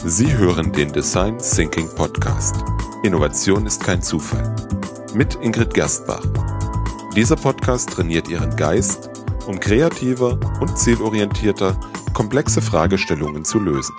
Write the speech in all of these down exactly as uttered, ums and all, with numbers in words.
Sie hören den Design Thinking Podcast. Innovation ist kein Zufall. Mit Ingrid Gerstbach. Dieser Podcast trainiert Ihren Geist, um kreativer und zielorientierter komplexe Fragestellungen zu lösen.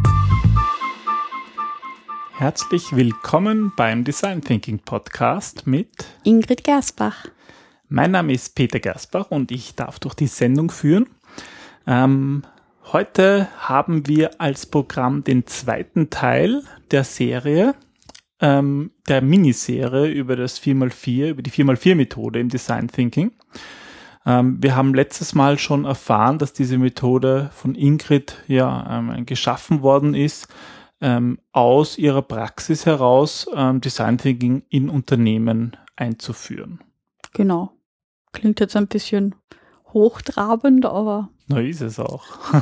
Herzlich willkommen beim Design Thinking Podcast mit Ingrid Gerstbach. Mein Name ist Peter Gerstbach und ich darf durch die Sendung führen. Ähm, heute haben wir als Programm den zweiten Teil der Serie, ähm, der Miniserie über das vier mal vier, über die vier mal vier Methode im Design Thinking. Ähm, wir haben letztes Mal schon erfahren, dass diese Methode von Ingrid ja ähm, geschaffen worden ist, ähm, aus ihrer Praxis heraus ähm, Design Thinking in Unternehmen einzuführen. Genau. Klingt jetzt ein bisschen hochtrabend, aber Na, ist es auch.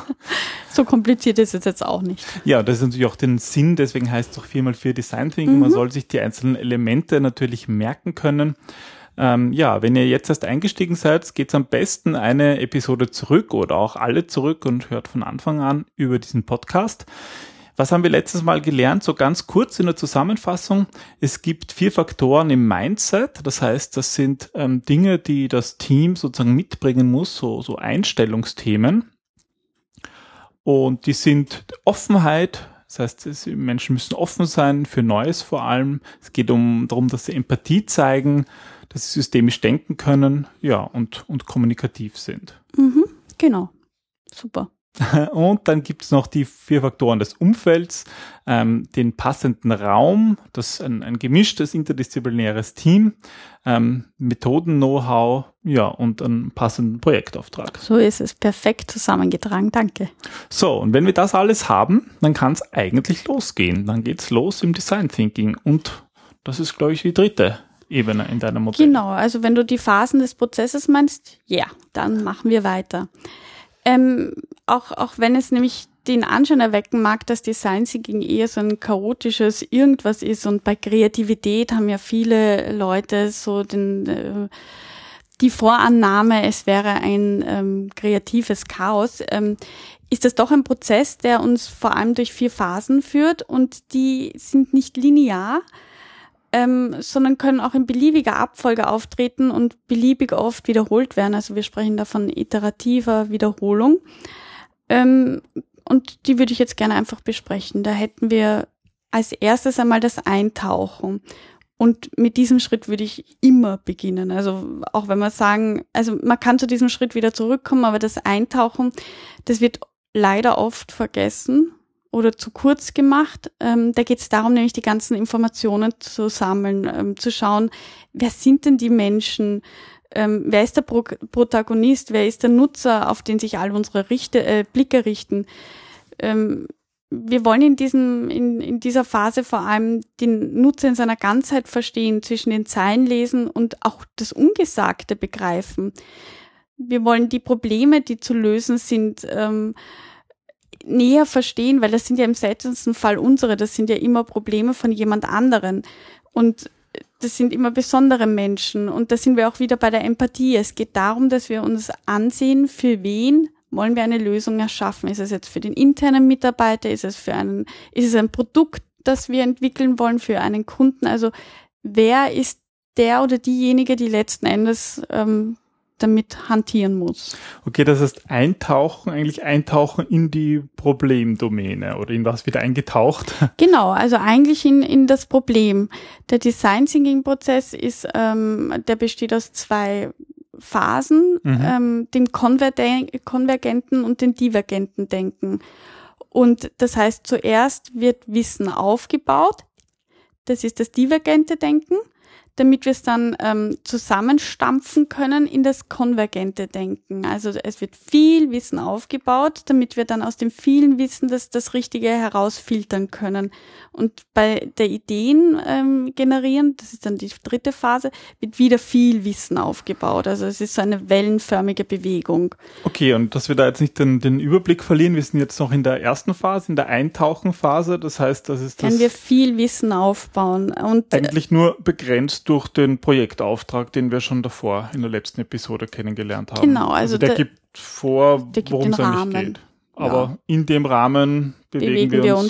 so kompliziert ist es jetzt auch nicht. Ja, das ist natürlich auch den Sinn, deswegen heißt es auch vier mal vier Design Thinking. Mhm. Man soll sich die einzelnen Elemente natürlich merken können. Ähm, ja, wenn ihr jetzt erst eingestiegen seid, geht es am besten eine Episode zurück oder auch alle zurück und hört von Anfang an über diesen Podcast. Was haben wir letztes Mal gelernt? So ganz kurz in der Zusammenfassung. Es gibt vier Faktoren im Mindset. Das heißt, das sind ähm, Dinge, die das Team sozusagen mitbringen muss, so, so Einstellungsthemen. Und die sind Offenheit. Das heißt, es, Menschen müssen offen sein für Neues vor allem. Es geht um darum, dass sie Empathie zeigen, dass sie systemisch denken können, ja, und, und kommunikativ sind. Mhm, genau. Super. Und dann gibt es noch die vier Faktoren des Umfelds, ähm, den passenden Raum, das ein, ein gemischtes interdisziplinäres Team, ähm, Methoden-Know-how, ja, und einen passenden Projektauftrag. So ist es. Perfekt zusammengetragen. Danke. So, und wenn wir das alles haben, dann kann es eigentlich losgehen. Dann geht's los im Design Thinking. Und das ist, glaube ich, die dritte Ebene in deinem Modell. Genau. Also wenn du die Phasen des Prozesses meinst, ja, dann machen wir weiter. Ähm, auch, auch wenn es nämlich den Anschein erwecken mag, dass Design Thinking eher so ein chaotisches Irgendwas ist, und bei Kreativität haben ja viele Leute so den, äh, die Vorannahme, es wäre ein ähm, kreatives Chaos, ähm, ist das doch ein Prozess, der uns vor allem durch vier Phasen führt, und die sind nicht linear, Ähm, sondern können auch in beliebiger Abfolge auftreten und beliebig oft wiederholt werden. Also wir sprechen da von iterativer Wiederholung. Ähm, und die würde ich jetzt gerne einfach besprechen. Da hätten wir als erstes einmal das Eintauchen. Und mit diesem Schritt würde ich immer beginnen. Also auch wenn wir sagen, also man kann zu diesem Schritt wieder zurückkommen, aber das Eintauchen, das wird leider oft vergessen oder zu kurz gemacht. Ähm, da geht es darum, nämlich die ganzen Informationen zu sammeln, ähm, zu schauen, wer sind denn die Menschen, ähm, wer ist der Pro- Protagonist, wer ist der Nutzer, auf den sich all unsere Richte, äh, Blicke richten. Ähm, wir wollen in, diesem, in, in dieser Phase vor allem den Nutzer in seiner Ganzheit verstehen, zwischen den Zeilen lesen und auch das Ungesagte begreifen. Wir wollen die Probleme, die zu lösen sind, ähm, näher verstehen, weil das sind ja im seltensten Fall unsere, das sind ja immer Probleme von jemand anderen, und das sind immer besondere Menschen, und da sind wir auch wieder bei der Empathie. Es geht darum, dass wir uns ansehen, für wen wollen wir eine Lösung erschaffen. Ist es jetzt für den internen Mitarbeiter, ist es für einen, ist es ein Produkt, das wir entwickeln wollen für einen Kunden? Also wer ist der oder diejenige, die letzten Endes ähm, damit hantieren muss. Okay, das heißt eintauchen, eigentlich eintauchen in die Problemdomäne, oder in was wird eingetaucht? Genau, also eigentlich in, in das Problem. Der Design Thinking Prozess ist, ähm, der besteht aus zwei Phasen, mhm. ähm, dem konvergen- konvergenten und dem divergenten Denken. Und das heißt, zuerst wird Wissen aufgebaut, das ist das divergente Denken, damit wir es dann ähm, zusammenstampfen können in das konvergente Denken. Also es wird viel Wissen aufgebaut, damit wir dann aus dem vielen Wissen das, das Richtige herausfiltern können. Und bei der Ideen ähm, generieren, das ist dann die dritte Phase, wird wieder viel Wissen aufgebaut. Also es ist so eine wellenförmige Bewegung. Okay, und dass wir da jetzt nicht den, den Überblick verlieren, wir sind jetzt noch in der ersten Phase, in der Eintauchenphase. Das heißt, das ist das... Können wir viel Wissen aufbauen. Und eigentlich nur begrenzt durch den Projektauftrag, den wir schon davor in der letzten Episode kennengelernt haben. Genau, also, also der, der gibt vor, worum es eigentlich geht. Aber ja. in dem Rahmen bewegen, bewegen wir, wir uns, uns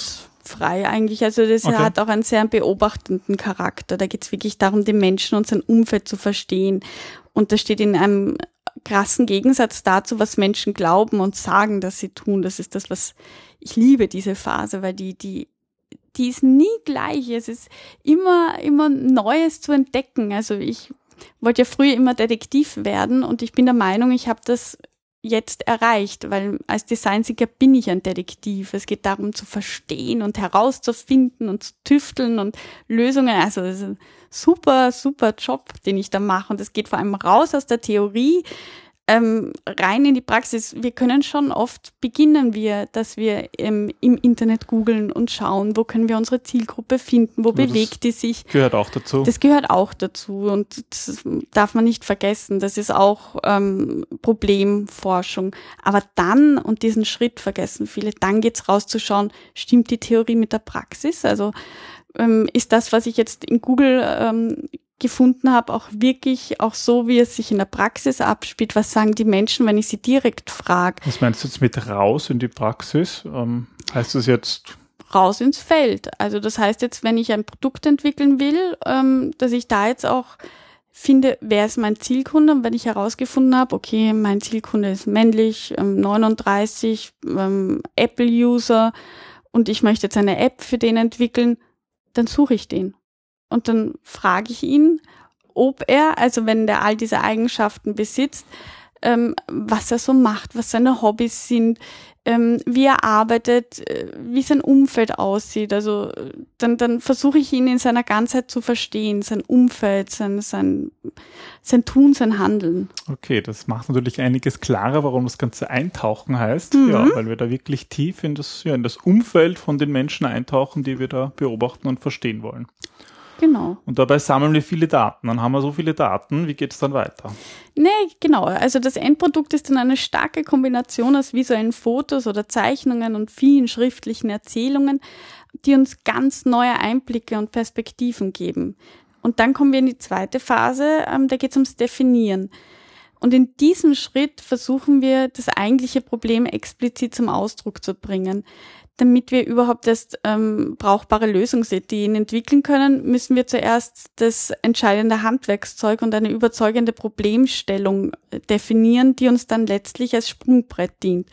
frei eigentlich. Also das Okay. hat auch einen sehr beobachtenden Charakter. Da geht es wirklich darum, den Menschen und sein Umfeld zu verstehen. Und das steht in einem krassen Gegensatz dazu, was Menschen glauben und sagen, dass sie tun. Das ist das, was ich liebe, diese Phase, weil die, die, die ist nie gleich. Es ist immer, immer Neues zu entdecken. Also ich wollte ja früher immer Detektiv werden und ich bin der Meinung, ich habe das jetzt erreicht, weil als Designthinker bin ich ein Detektiv. Es geht darum zu verstehen und herauszufinden und zu tüfteln und Lösungen. Also das ist ein super, super Job, den ich da mache. Und es geht vor allem raus aus der Theorie, ähm, rein in die Praxis. Wir können schon oft beginnen wir, dass wir ähm, im Internet googeln und schauen, wo können wir unsere Zielgruppe finden, wo Ja, bewegt die sich. Gehört auch dazu. Das gehört auch dazu und das darf man nicht vergessen. Das ist auch ähm, Problemforschung. Aber dann, und diesen Schritt vergessen viele, dann geht's rauszuschauen, stimmt die Theorie mit der Praxis? Also ähm, ist das, was ich jetzt in Google ähm, gefunden habe, auch wirklich auch so, wie es sich in der Praxis abspielt? Was sagen die Menschen, wenn ich sie direkt frage? Was meinst du jetzt mit raus in die Praxis? Ähm, heißt das jetzt... Raus ins Feld. Also das heißt jetzt, wenn ich ein Produkt entwickeln will, ähm, dass ich da jetzt auch finde, wer ist mein Zielkunde? Und wenn ich herausgefunden habe, okay, mein Zielkunde ist männlich, ähm, neununddreißig, ähm, Apple-User und ich möchte jetzt eine App für den entwickeln, dann suche ich den. Und dann frage ich ihn, ob er, also wenn der all diese Eigenschaften besitzt, ähm, was er so macht, was seine Hobbys sind, ähm, wie er arbeitet, äh, wie sein Umfeld aussieht. Also dann, dann versuche ich ihn in seiner Ganzheit zu verstehen, sein Umfeld, sein, sein, sein Tun, sein Handeln. Okay, das macht natürlich einiges klarer, warum das Ganze Eintauchen heißt. Mhm. Ja, weil wir da wirklich tief in das, ja, in das Umfeld von den Menschen eintauchen, die wir da beobachten und verstehen wollen. Genau. Und dabei sammeln wir viele Daten. Dann haben wir so viele Daten. Wie geht es dann weiter? Nee, genau. Also das Endprodukt ist dann eine starke Kombination aus visuellen Fotos oder Zeichnungen und vielen schriftlichen Erzählungen, die uns ganz neue Einblicke und Perspektiven geben. Und dann kommen wir in die zweite Phase, ähm, da geht es ums Definieren. Und in diesem Schritt versuchen wir, das eigentliche Problem explizit zum Ausdruck zu bringen. Damit wir überhaupt erst ähm, brauchbare Lösungsideen entwickeln können, müssen wir zuerst das entscheidende Handwerkszeug und eine überzeugende Problemstellung definieren, die uns dann letztlich als Sprungbrett dient.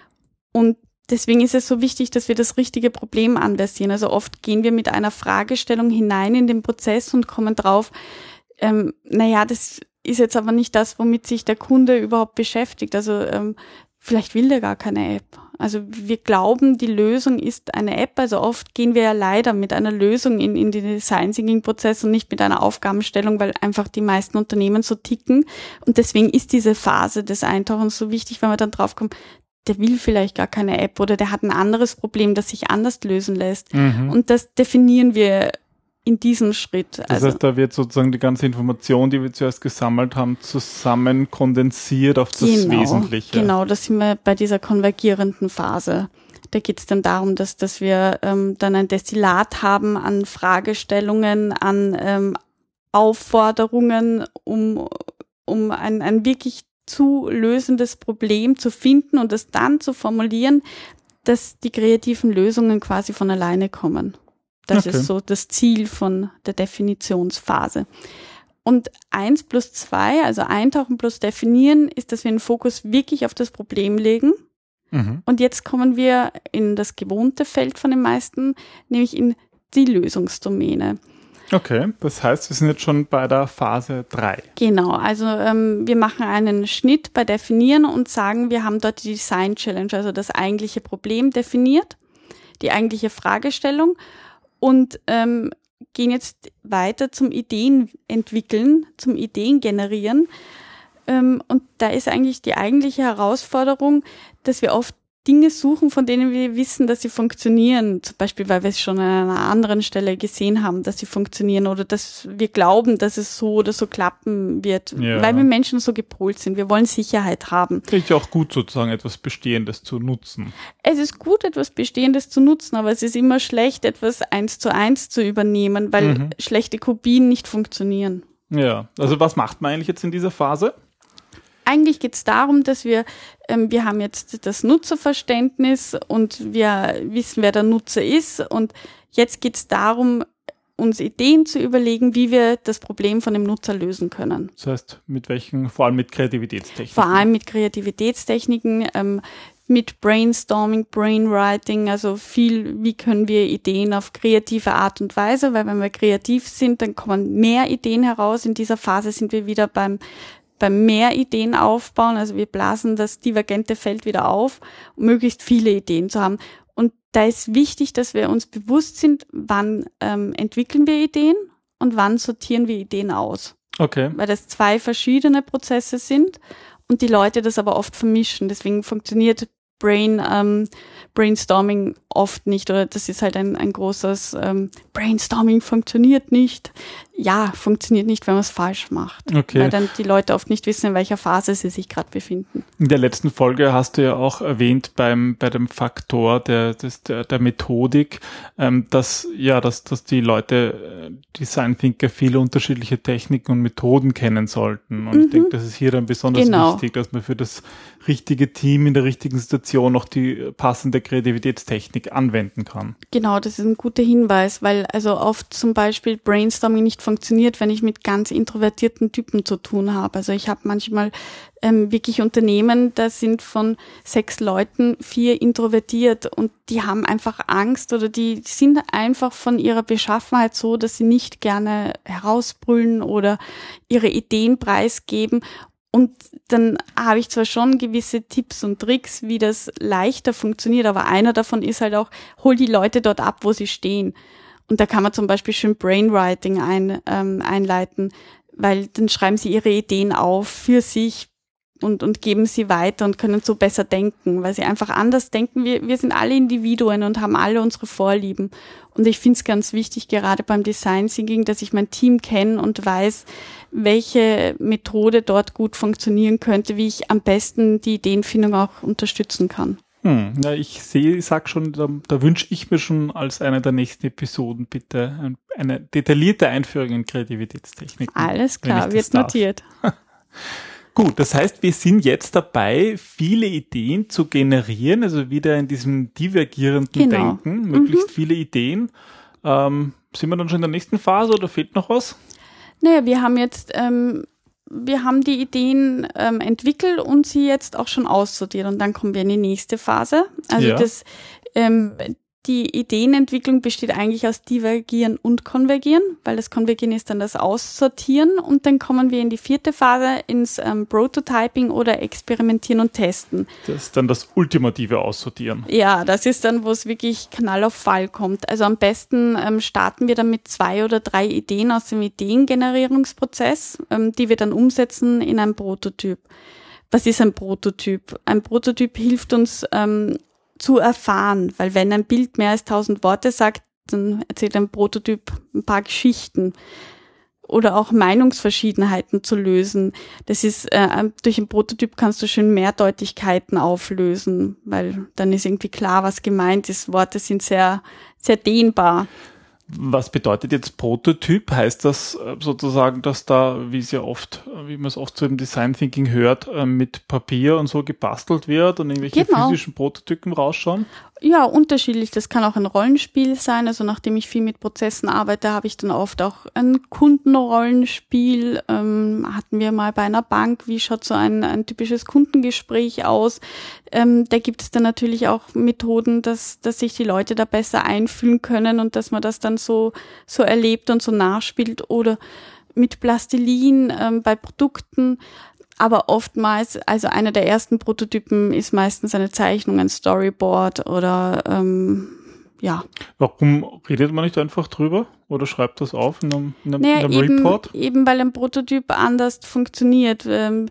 Und deswegen ist es so wichtig, dass wir das richtige Problem anversieren. Also oft gehen wir mit einer Fragestellung hinein in den Prozess und kommen drauf, ähm, naja, das ist jetzt aber nicht das, womit sich der Kunde überhaupt beschäftigt. Also ähm, vielleicht will der gar keine App. Also wir glauben, die Lösung ist eine App. Also oft gehen wir ja leider mit einer Lösung in, in den Design-Thinking-Prozess und nicht mit einer Aufgabenstellung, weil einfach die meisten Unternehmen so ticken. Und deswegen ist diese Phase des Eintauchens so wichtig, wenn wir dann draufkommen, der will vielleicht gar keine App oder der hat ein anderes Problem, das sich anders lösen lässt. Mhm. Und das definieren wir in diesem Schritt. Das Also, heißt, da wird sozusagen die ganze Information, die wir zuerst gesammelt haben, zusammen kondensiert auf das genau, Wesentliche. Genau, da sind wir bei dieser konvergierenden Phase. Da geht es dann darum, dass, dass wir ähm, dann ein Destillat haben an Fragestellungen, an ähm, Aufforderungen, um, um ein, ein wirklich zu lösendes Problem zu finden und es dann zu formulieren, dass die kreativen Lösungen quasi von alleine kommen. Das Okay. ist so das Ziel von der Definitionsphase. Und eins plus zwei, also eintauchen plus definieren, ist, dass wir den Fokus wirklich auf das Problem legen. Mhm. Und jetzt kommen wir in das gewohnte Feld von den meisten, nämlich in die Lösungsdomäne. Okay, das heißt, wir sind jetzt schon bei der Phase drei. Genau, also ähm, wir machen einen Schnitt bei Definieren und sagen, wir haben dort die Design Challenge, also das eigentliche Problem definiert, die eigentliche Fragestellung und ähm, gehen jetzt weiter zum Ideen entwickeln, zum Ideen generieren. Ähm, und da ist eigentlich die eigentliche Herausforderung, dass wir oft Dinge suchen, von denen wir wissen, dass sie funktionieren. Zum Beispiel, weil wir es schon an einer anderen Stelle gesehen haben, dass sie funktionieren oder dass wir glauben, dass es so oder so klappen wird, Ja. weil wir Menschen so gepolt sind. Wir wollen Sicherheit haben. Ist ja auch gut, sozusagen etwas Bestehendes zu nutzen. Es ist gut, etwas Bestehendes zu nutzen, aber es ist immer schlecht, etwas eins zu eins zu übernehmen, weil Mhm. schlechte Kopien nicht funktionieren. Ja, also was macht man eigentlich jetzt in dieser Phase? eigentlich geht es darum, dass wir, ähm, wir haben jetzt das Nutzerverständnis und wir wissen, wer der Nutzer ist. Und jetzt geht es darum, uns Ideen zu überlegen, wie wir das Problem von dem Nutzer lösen können. Das heißt, mit welchen, vor allem mit Kreativitätstechniken? Vor allem mit Kreativitätstechniken, ähm, mit Brainstorming, Brainwriting, also viel, wie können wir Ideen auf kreative Art und Weise, weil wenn wir kreativ sind, dann kommen mehr Ideen heraus. In dieser Phase sind wir wieder beim, beim mehr Ideen aufbauen, also wir blasen das divergente Feld wieder auf, um möglichst viele Ideen zu haben. Und da ist wichtig, dass wir uns bewusst sind, wann ähm, entwickeln wir Ideen und wann sortieren wir Ideen aus. Okay. Weil das zwei verschiedene Prozesse sind und die Leute das aber oft vermischen. Deswegen funktioniert Brain, ähm, Brainstorming oft nicht, oder das ist halt ein, ein großes ähm, Brainstorming funktioniert nicht. Ja, funktioniert nicht, wenn man es falsch macht. Okay. Weil dann die Leute oft nicht wissen, in welcher Phase sie sich gerade befinden. In der letzten Folge hast du ja auch erwähnt beim bei dem Faktor der des, der, der Methodik, ähm, dass ja, dass dass die Leute äh, Design Thinker viele unterschiedliche Techniken und Methoden kennen sollten. Und Mhm. ich denke, das ist hier dann besonders Genau. wichtig, dass man für das richtige Team in der richtigen Situation noch die passende Kreativitätstechnik anwenden kann. Genau, das ist ein guter Hinweis, weil also oft zum Beispiel Brainstorming nicht funktioniert, wenn ich mit ganz introvertierten Typen zu tun habe. Also ich habe manchmal ähm, wirklich Unternehmen, da sind von sechs Leuten vier introvertiert und die haben einfach Angst oder die sind einfach von ihrer Beschaffenheit so, dass sie nicht gerne herausbrüllen oder ihre Ideen preisgeben. Und dann habe ich zwar schon gewisse Tipps und Tricks, wie das leichter funktioniert, aber einer davon ist halt auch, hol die Leute dort ab, wo sie stehen. Und da kann man zum Beispiel schön Brainwriting ein, ähm, einleiten, weil dann schreiben sie ihre Ideen auf für sich und, und geben sie weiter und können so besser denken, weil sie einfach anders denken. Wir, wir sind alle Individuen und haben alle unsere Vorlieben. Und ich finde es ganz wichtig, gerade beim Design Thinking, dass ich mein Team kenne und weiß, welche Methode dort gut funktionieren könnte, wie ich am besten die Ideenfindung auch unterstützen kann. Hm, ja, ich sehe, ich sag schon, da, da wünsche ich mir schon als eine der nächsten Episoden bitte ein, eine detaillierte Einführung in Kreativitätstechniken. Alles klar, wird darf. notiert. Gut, das heißt, wir sind jetzt dabei, viele Ideen zu generieren, also wieder in diesem divergierenden Genau. Denken, möglichst mhm. viele Ideen. Ähm, sind wir dann schon in der nächsten Phase oder fehlt noch was? Naja, wir haben jetzt, ähm, wir haben die Ideen ähm, entwickelt und sie jetzt auch schon aussortiert und dann kommen wir in die nächste Phase. Also ja. das, ähm, die Ideenentwicklung besteht eigentlich aus Divergieren und Konvergieren, weil das Konvergieren ist dann das Aussortieren und dann kommen wir in die vierte Phase ins ähm, Prototyping oder Experimentieren und Testen. Das ist dann das ultimative Aussortieren. Ja, das ist dann, wo es wirklich Knall auf Fall kommt. Also am besten ähm, starten wir dann mit zwei oder drei Ideen aus dem Ideengenerierungsprozess, ähm, die wir dann umsetzen in ein Prototyp. Was ist ein Prototyp? Ein Prototyp hilft uns, ähm, zu erfahren, weil wenn ein Bild mehr als tausend Worte sagt, dann erzählt ein Prototyp ein paar Geschichten oder auch Meinungsverschiedenheiten zu lösen. Das ist, äh, durch ein Prototyp kannst du schön Mehrdeutigkeiten auflösen, weil dann ist irgendwie klar, was gemeint ist. Worte sind sehr, sehr dehnbar. Was bedeutet jetzt Prototyp? Heißt das sozusagen, dass da, wie es ja oft, wie man es oft so im Design Thinking hört, mit Papier und so gebastelt wird und irgendwelche genau. physischen Prototypen rausschauen? Ja, unterschiedlich. Das kann auch ein Rollenspiel sein. Also nachdem ich viel mit Prozessen arbeite, habe ich dann oft auch ein Kundenrollenspiel. Ähm, hatten wir mal bei einer Bank, wie schaut so ein, ein typisches Kundengespräch aus? Ähm, da gibt es dann natürlich auch Methoden, dass, dass sich die Leute da besser einfühlen können und dass man das dann so, so erlebt und so nachspielt. Oder mit Plastilin ähm, bei Produkten. Aber oftmals, also einer der ersten Prototypen ist meistens eine Zeichnung, ein Storyboard oder ähm, ja. Warum redet man nicht einfach drüber oder schreibt das auf in einem, in einem, naja, in einem eben, Report? Eben weil ein Prototyp anders funktioniert. Ähm,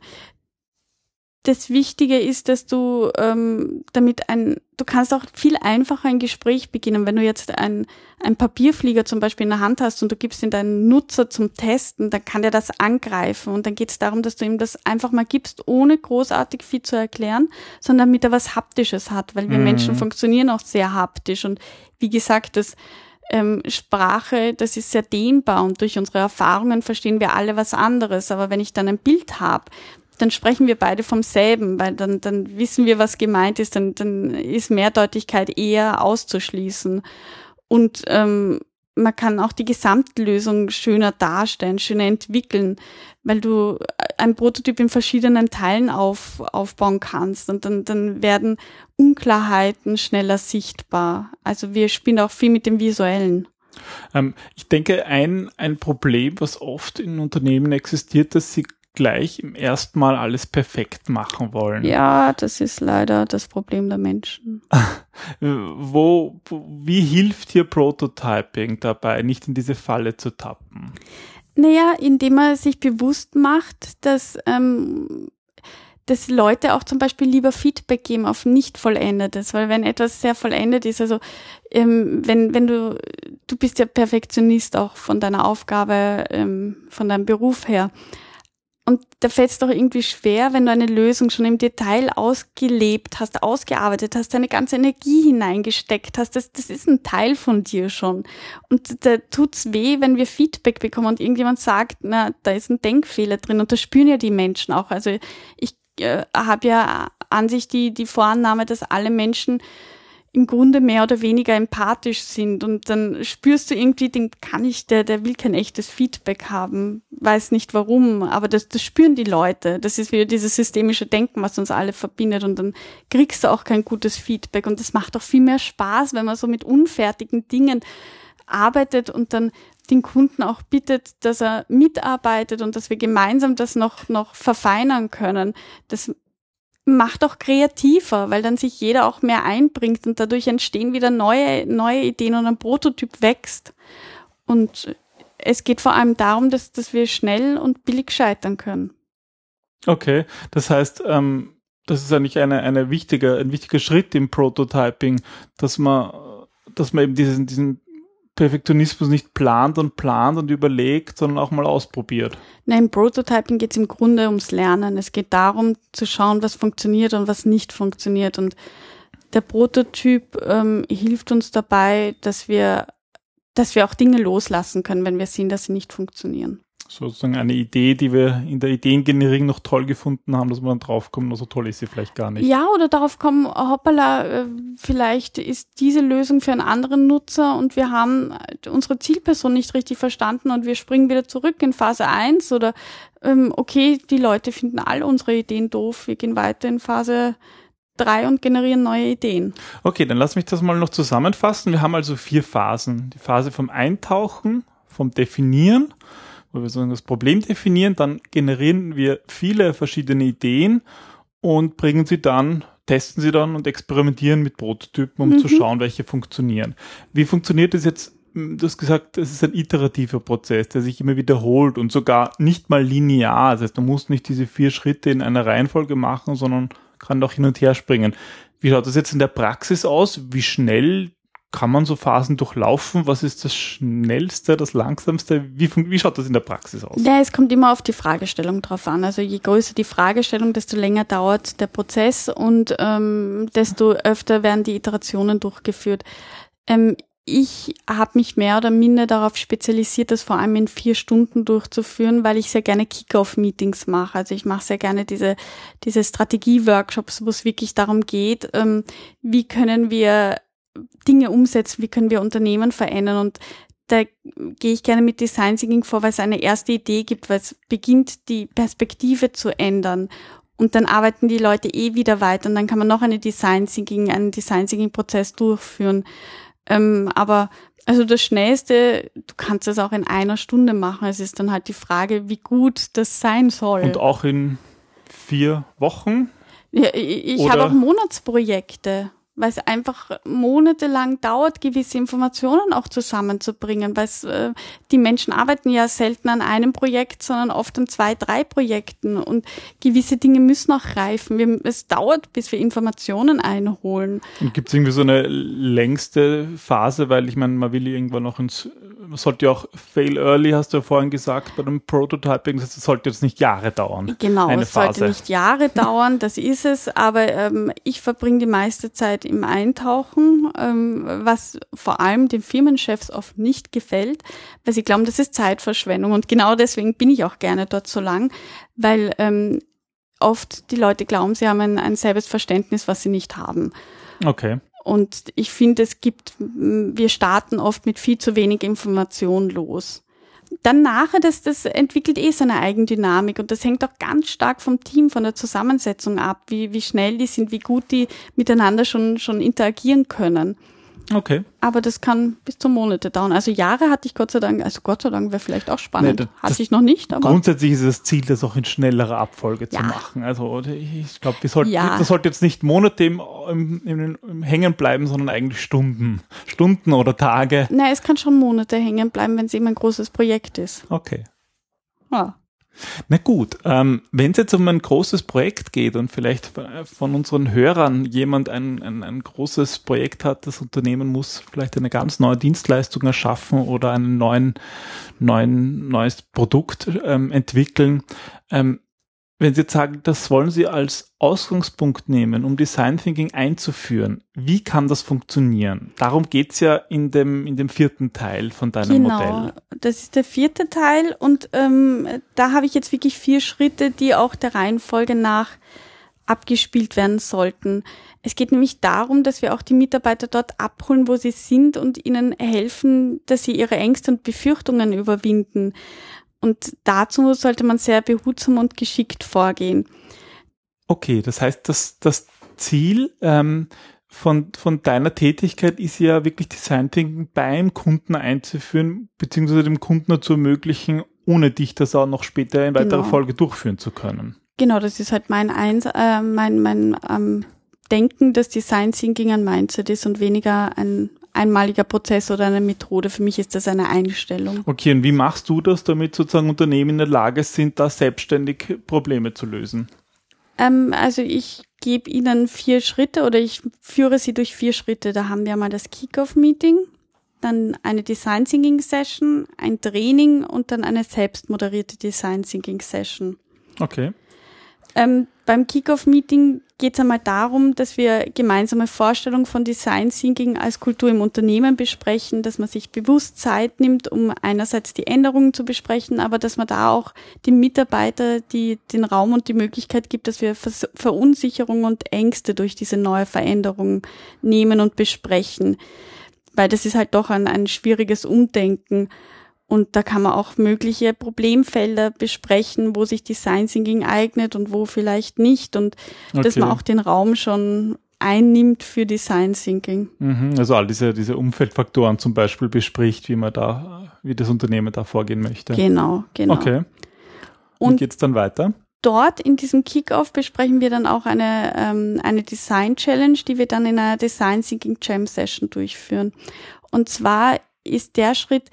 das Wichtige ist, dass du ähm, damit ein, du kannst auch viel einfacher ein Gespräch beginnen. Wenn du jetzt ein, ein Papierflieger zum Beispiel in der Hand hast und du gibst ihn deinen Nutzer zum Testen, dann kann der das angreifen und dann geht es darum, dass du ihm das einfach mal gibst, ohne großartig viel zu erklären, sondern damit er was Haptisches hat, weil wir mhm. Menschen funktionieren auch sehr haptisch und wie gesagt, das Ähm, Sprache, das ist sehr dehnbar und durch unsere Erfahrungen verstehen wir alle was anderes. Aber wenn ich dann ein Bild habe, dann sprechen wir beide vom selben, weil dann, dann wissen wir, was gemeint ist, dann, dann ist Mehrdeutigkeit eher auszuschließen. Und ähm, man kann auch die Gesamtlösung schöner darstellen, schöner entwickeln, weil du ein Prototyp in verschiedenen Teilen auf, aufbauen kannst und dann, dann werden Unklarheiten schneller sichtbar. Also wir spielen auch viel mit dem Visuellen. Ähm, ich denke, ein, ein Problem, was oft in Unternehmen existiert, dass sie gleich im ersten Mal alles perfekt machen wollen. Ja, das ist leider das Problem der Menschen. Wo, wie hilft hier Prototyping dabei, nicht in diese Falle zu tappen? Naja, indem man sich bewusst macht, dass, ähm, dass Leute auch zum Beispiel lieber Feedback geben auf nicht Vollendetes, weil wenn etwas sehr vollendet ist, also ähm, wenn, wenn du, du bist ja Perfektionist auch von deiner Aufgabe, ähm, von deinem Beruf her. Und da fällt es doch irgendwie schwer, wenn du eine Lösung schon im Detail ausgelebt hast, ausgearbeitet hast, deine ganze Energie hineingesteckt hast. Das, das ist ein Teil von dir schon. Und da tut's weh, wenn wir Feedback bekommen und irgendjemand sagt, na, da ist ein Denkfehler drin. Und das spüren ja die Menschen auch. Also ich äh, habe ja an sich die, die Vorannahme, dass alle Menschen im Grunde mehr oder weniger empathisch sind und dann spürst du irgendwie, den kann ich, der, der will kein echtes Feedback haben, weiß nicht warum, aber das, das spüren die Leute. Das ist wieder dieses systemische Denken, was uns alle verbindet und dann kriegst du auch kein gutes Feedback und das macht auch viel mehr Spaß, wenn man so mit unfertigen Dingen arbeitet und dann den Kunden auch bittet, dass er mitarbeitet und dass wir gemeinsam das noch, noch verfeinern können. Das macht auch kreativer, weil dann sich jeder auch mehr einbringt und dadurch entstehen wieder neue, neue Ideen und ein Prototyp wächst. Und es geht vor allem darum, dass, dass wir schnell und billig scheitern können. Okay, das heißt, ähm, das ist eigentlich eine, eine wichtige, ein wichtiger Schritt im Prototyping, dass man, dass man eben diesen, diesen Perfektionismus nicht plant und plant und überlegt, sondern auch mal ausprobiert. Nein, im Prototyping geht es im Grunde ums Lernen. Es geht darum, zu schauen, was funktioniert und was nicht funktioniert. Und der Prototyp ähm, hilft uns dabei, dass wir, dass wir auch Dinge loslassen können, wenn wir sehen, dass sie nicht funktionieren. Sozusagen eine Idee, die wir in der Ideengenerierung noch toll gefunden haben, dass wir dann draufkommen, so toll ist sie vielleicht gar nicht. Ja, oder darauf kommen, hoppala, vielleicht ist diese Lösung für einen anderen Nutzer und wir haben unsere Zielperson nicht richtig verstanden und wir springen wieder zurück in Phase eins oder ähm, okay, die Leute finden all unsere Ideen doof, wir gehen weiter in Phase drei und generieren neue Ideen. Okay, dann lass mich das mal noch zusammenfassen. Wir haben also vier Phasen. Die Phase vom Eintauchen, vom Definieren, wo wir sozusagen das Problem definieren, dann generieren wir viele verschiedene Ideen und bringen sie dann, testen sie dann und experimentieren mit Prototypen, um mhm. zu schauen, welche funktionieren. Wie funktioniert das jetzt? Du hast gesagt, es ist ein iterativer Prozess, der sich immer wiederholt und sogar nicht mal linear. Das heißt, du musst nicht diese vier Schritte in einer Reihenfolge machen, sondern kann auch hin und her springen. Wie schaut das jetzt in der Praxis aus? Wie schnell kann man so Phasen durchlaufen? Was ist das Schnellste, das Langsamste? Wie, wie schaut das in der Praxis aus? Ja, es kommt immer auf die Fragestellung drauf an. Also je größer die Fragestellung, desto länger dauert der Prozess und ähm, desto öfter werden die Iterationen durchgeführt. Ähm, ich habe mich mehr oder minder darauf spezialisiert, das vor allem in vier Stunden durchzuführen, weil ich sehr gerne Kick-Off-Meetings mache. Also ich mache sehr gerne diese diese Strategie-Workshops, wo es wirklich darum geht, ähm, wie können wir Dinge umsetzen, wie können wir Unternehmen verändern und da gehe ich gerne mit Design Thinking vor, weil es eine erste Idee gibt, weil es beginnt, die Perspektive zu ändern und dann arbeiten die Leute eh wieder weiter und dann kann man noch eine Design Thinking, einen Design Thinking Prozess durchführen. Ähm, aber also das Schnellste, du kannst das auch in einer Stunde machen. Es ist dann halt die Frage, wie gut das sein soll. Und auch in vier Wochen? Ja, ich ich habe auch Monatsprojekte, weil es einfach monatelang dauert, gewisse Informationen auch zusammenzubringen, weil es, äh, die Menschen arbeiten ja selten an einem Projekt, sondern oft an zwei, drei Projekten und gewisse Dinge müssen auch reifen. Wir, es dauert, bis wir Informationen einholen. Und gibt es irgendwie so eine längste Phase, weil ich meine, man will irgendwann noch ins, man sollte ja auch fail early, hast du ja vorhin gesagt, bei dem Prototyping, das sollte jetzt nicht Jahre dauern. Genau, eine es Phase. sollte nicht Jahre dauern, das ist es, aber ähm, ich verbringe die meiste Zeit im Eintauchen, ähm, was vor allem den Firmenchefs oft nicht gefällt, weil sie glauben, das ist Zeitverschwendung und genau deswegen bin ich auch gerne dort so lang, weil ähm, oft die Leute glauben, sie haben ein, ein Selbstverständnis, was sie nicht haben. Okay. Und ich finde, es gibt, wir starten oft mit viel zu wenig Information los. Dann nachher, das, das entwickelt eh seine Eigendynamik und das hängt auch ganz stark vom Team, von der Zusammensetzung ab, wie, wie schnell die sind, wie gut die miteinander schon, schon interagieren können. Okay. Aber das kann bis zu Monate dauern. Also Jahre hatte ich Gott sei Dank, also Gott sei Dank wäre vielleicht auch spannend. Nee, das, hatte ich noch nicht. Aber grundsätzlich ist das Ziel, das auch in schnellerer Abfolge ja. zu machen. Also ich glaube, wir sollten, ja. das sollte jetzt nicht Monate im, im, im, im Hängen bleiben, sondern eigentlich Stunden. Stunden oder Tage. Nein, es kann schon Monate hängen bleiben, wenn es eben ein großes Projekt ist. Okay. Ja. Na gut, ähm, wenn es jetzt um ein großes Projekt geht und vielleicht von unseren Hörern jemand ein, ein, ein großes Projekt hat, das Unternehmen muss vielleicht eine ganz neue Dienstleistung erschaffen oder ein neuen, neuen, neues Produkt ähm, entwickeln, ähm, wenn Sie jetzt sagen, das wollen Sie als Ausgangspunkt nehmen, um Design Thinking einzuführen, wie kann das funktionieren? Darum geht's ja in dem, in dem vierten Teil von deinem genau, Modell. Genau, das ist der vierte Teil und ähm, da habe ich jetzt wirklich vier Schritte, die auch der Reihenfolge nach abgespielt werden sollten. Es geht nämlich darum, dass wir auch die Mitarbeiter dort abholen, wo sie sind und ihnen helfen, dass sie ihre Ängste und Befürchtungen überwinden. Und dazu sollte man sehr behutsam und geschickt vorgehen. Okay, das heißt, das, das Ziel ähm, von, von deiner Tätigkeit ist ja wirklich Design Thinking beim Kunden einzuführen, beziehungsweise dem Kunden zu ermöglichen, ohne dich das auch noch später in weiterer genau. Folge durchführen zu können. Genau, das ist halt mein, Eins, äh, mein, mein ähm, Denken, dass Design Thinking ein Mindset ist und weniger ein einmaliger Prozess oder eine Methode. Für mich ist das eine Einstellung. Okay, und wie machst du das, damit sozusagen Unternehmen in der Lage sind, da selbstständig Probleme zu lösen? Ähm, also ich gebe ihnen vier Schritte oder ich führe sie durch vier Schritte. Da haben wir mal das Kick-Off-Meeting, dann eine Design Thinking Session, ein Training und dann eine selbstmoderierte Design Thinking Session. Okay. Ähm, beim Kick-Off-Meeting geht es einmal darum, dass wir gemeinsame Vorstellungen von Design Thinking als Kultur im Unternehmen besprechen, dass man sich bewusst Zeit nimmt, um einerseits die Änderungen zu besprechen, aber dass man da auch den Mitarbeiter die, den Raum und die Möglichkeit gibt, dass wir Vers- Verunsicherung und Ängste durch diese neue Veränderung nehmen und besprechen. Weil das ist halt doch ein, ein schwieriges Umdenken. Und da kann man auch mögliche Problemfelder besprechen, wo sich Design Thinking eignet und wo vielleicht nicht. Und okay. dass man auch den Raum schon einnimmt für Design Thinking. Mhm, also all diese, diese Umfeldfaktoren zum Beispiel bespricht, wie man da, wie das Unternehmen da vorgehen möchte. Genau, genau. Okay. Wie und geht's dann weiter? Dort in diesem Kick-Off besprechen wir dann auch eine, ähm, eine Design Challenge, die wir dann in einer Design Thinking Jam Session durchführen. Und zwar ist der Schritt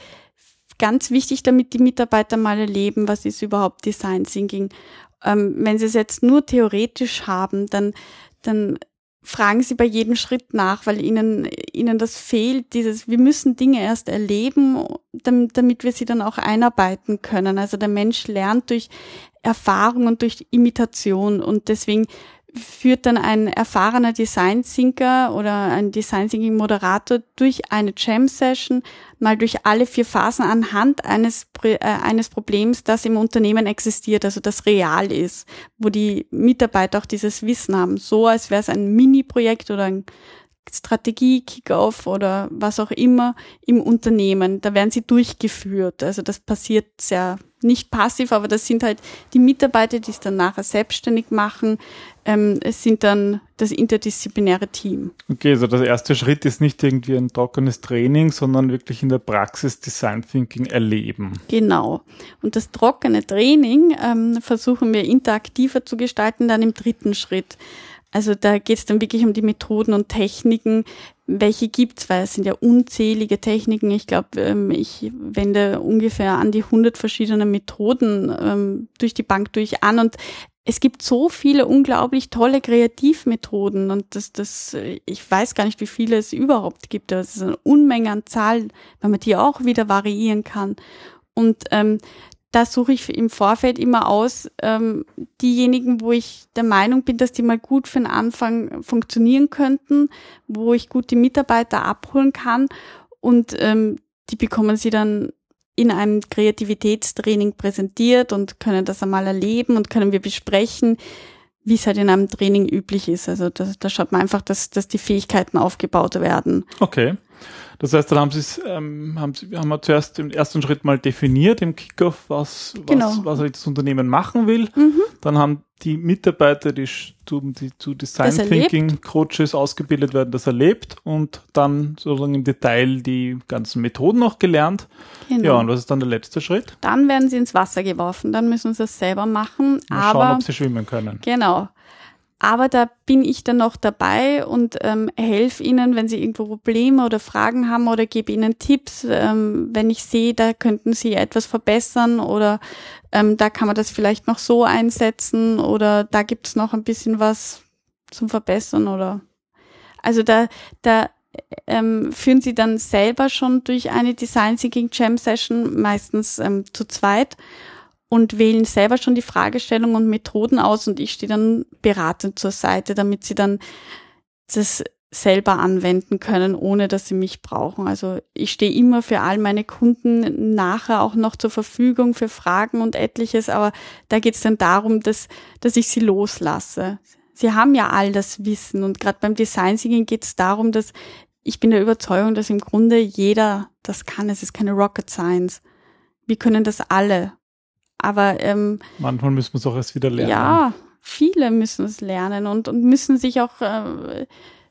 ganz wichtig, damit die Mitarbeiter mal erleben, was ist überhaupt Design Thinking. Ähm, wenn sie es jetzt nur theoretisch haben, dann, dann fragen sie bei jedem Schritt nach, weil ihnen, ihnen das fehlt, dieses, wir müssen Dinge erst erleben, damit, damit wir sie dann auch einarbeiten können. Also der Mensch lernt durch Erfahrung und durch Imitation und deswegen führt dann ein erfahrener Design Thinker oder ein Design Thinking Moderator durch eine Jam Session mal durch alle vier Phasen anhand eines äh, eines Problems, das im Unternehmen existiert, also das real ist, wo die Mitarbeiter auch dieses Wissen haben, so als wäre es ein Mini-Projekt oder ein Strategie, Kick-Off oder was auch immer im Unternehmen. Da werden sie durchgeführt. Also das passiert sehr nicht passiv, aber das sind halt die Mitarbeiter, die es dann nachher selbstständig machen. Ähm, es sind dann das interdisziplinäre Team. Okay, also der erste Schritt ist nicht irgendwie ein trockenes Training, sondern wirklich in der Praxis Design Thinking erleben. Genau. Und das trockene Training ähm, versuchen wir interaktiver zu gestalten, dann im dritten Schritt. Also da geht es dann wirklich um die Methoden und Techniken, welche gibt's, weil es sind ja unzählige Techniken. Ich glaube, ich wende ungefähr an die hundert verschiedene Methoden ähm, durch die Bank durch an und es gibt so viele unglaublich tolle Kreativmethoden und das, das, ich weiß gar nicht, wie viele es überhaupt gibt. Das ist eine Unmenge an Zahlen, weil man die auch wieder variieren kann. Und ähm, da suche ich im Vorfeld immer aus, ähm, diejenigen, wo ich der Meinung bin, dass die mal gut für den Anfang funktionieren könnten, wo ich gut die Mitarbeiter abholen kann und ähm, die bekommen sie dann in einem Kreativitätstraining präsentiert und können das einmal erleben und können wir besprechen, wie es halt in einem Training üblich ist. Also da, da schaut man einfach, dass, dass die Fähigkeiten aufgebaut werden. Okay. Das heißt, dann haben Sie es, ähm, haben Sie, haben wir zuerst im ersten Schritt mal definiert im Kickoff, was, Genau. was, was das Unternehmen machen will. Mhm. Dann haben die Mitarbeiter, die, die zu Design Das Thinking Coaches ausgebildet werden, das erlebt und dann sozusagen im Detail die ganzen Methoden noch gelernt. Genau. Ja, und was ist dann der letzte Schritt? Dann werden sie ins Wasser geworfen, dann müssen sie es selber machen. Mal aber schauen, ob sie schwimmen können. Genau. Aber da bin ich dann noch dabei und ähm, helfe ihnen, wenn sie irgendwo Probleme oder Fragen haben oder gebe ihnen Tipps, ähm, wenn ich sehe, da könnten sie etwas verbessern oder ähm, da kann man das vielleicht noch so einsetzen oder da gibt's noch ein bisschen was zum Verbessern oder also da, da ähm, führen sie dann selber schon durch eine Design Thinking Jam Session, meistens ähm, zu zweit. Und wählen selber schon die Fragestellungen und Methoden aus und ich stehe dann beratend zur Seite, damit sie dann das selber anwenden können, ohne dass sie mich brauchen. Also ich stehe immer für all meine Kunden nachher auch noch zur Verfügung für Fragen und etliches, aber da geht es dann darum, dass, dass ich sie loslasse. Sie haben ja all das Wissen und gerade beim Design Thinking geht es darum, dass ich bin der Überzeugung, dass im Grunde jeder das kann. Es ist keine Rocket Science. Wir können das alle. Aber ähm, manchmal müssen wir es auch erst wieder lernen. Ja, viele müssen es lernen und, und müssen sich auch äh,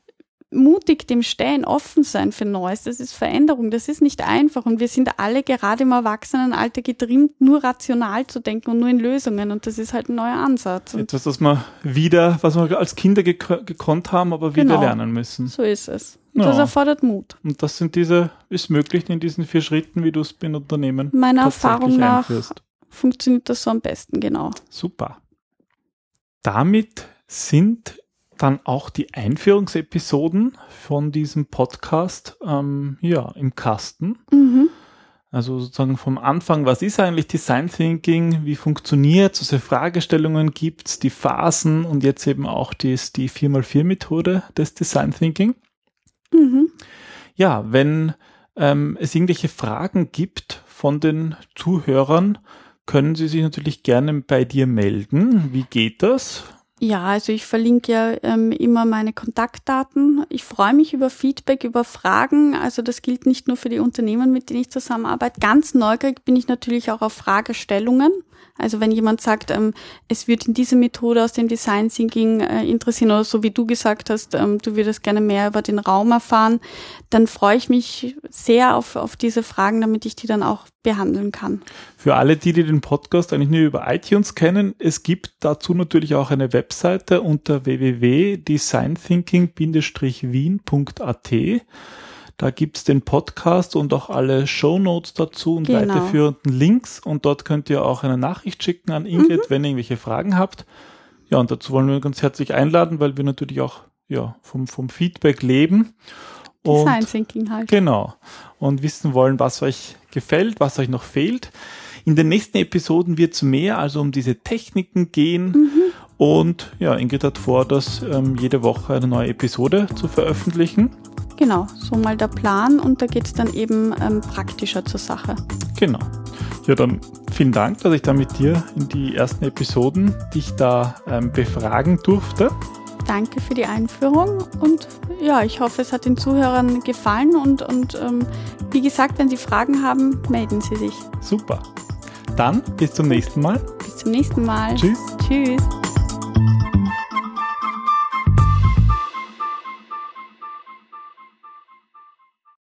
mutig dem stellen, offen sein für Neues. Das ist Veränderung, das ist nicht einfach. Und wir sind alle gerade im Erwachsenenalter getrimmt, nur rational zu denken und nur in Lösungen. Und das ist halt ein neuer Ansatz. Und etwas, das wir wieder, was wir als Kinder gek- gekonnt haben, aber wieder genau, lernen müssen. So ist es. Und ja. Das erfordert Mut. Und das sind diese, ist möglich in diesen vier Schritten, wie du es in Unternehmen Meiner tatsächlich Erfahrung nach einführst. Funktioniert das so am besten, genau. Super. Damit sind dann auch die Einführungsepisoden von diesem Podcast ähm, ja, im Kasten. Mhm. Also sozusagen vom Anfang, was ist eigentlich Design Thinking, wie funktioniert es, welche Fragestellungen gibt es, die Phasen und jetzt eben auch die, die vier mal vier Methode des Design Thinking. Mhm. Ja, wenn ähm, es irgendwelche Fragen gibt von den Zuhörern, können Sie sich natürlich gerne bei dir melden. Wie geht das? Ja, also ich verlinke ja ähm, immer meine Kontaktdaten. Ich freue mich über Feedback, über Fragen. Also das gilt nicht nur für die Unternehmen, mit denen ich zusammenarbeite. Ganz neugierig bin ich natürlich auch auf Fragestellungen. Also wenn jemand sagt, ähm, es wird in diese Methode aus dem Design Thinking äh, interessieren oder so wie du gesagt hast, ähm, du würdest gerne mehr über den Raum erfahren, dann freue ich mich sehr auf, auf diese Fragen, damit ich die dann auch behandeln kann. Für alle, die, die den Podcast eigentlich nur über iTunes kennen, es gibt dazu natürlich auch eine Webseite unter w w w punkt design thinking wien punkt a t. Da gibt's den Podcast und auch alle Shownotes dazu und genau. weiterführenden Links. Und dort könnt ihr auch eine Nachricht schicken an Ingrid, mhm. wenn ihr irgendwelche Fragen habt. Ja, und dazu wollen wir ganz herzlich einladen, weil wir natürlich auch ja vom, vom Feedback leben. Design Thinking halt. Genau. Und wissen wollen, was euch gefällt, was euch noch fehlt. In den nächsten Episoden wird es mehr also um diese Techniken gehen. Mhm. Und ja, Ingrid hat vor, das ähm, jede Woche eine neue Episode zu veröffentlichen. Genau, so mal der Plan und da geht es dann eben ähm, praktischer zur Sache. Genau. Ja, dann vielen Dank, dass ich da mit dir in die ersten Episoden dich da ähm, befragen durfte. Danke für die Einführung und ja, ich hoffe, es hat den Zuhörern gefallen und, und ähm, wie gesagt, wenn Sie Fragen haben, melden Sie sich. Super. Dann bis zum nächsten Mal. Bis zum nächsten Mal. Tschüss. Tschüss.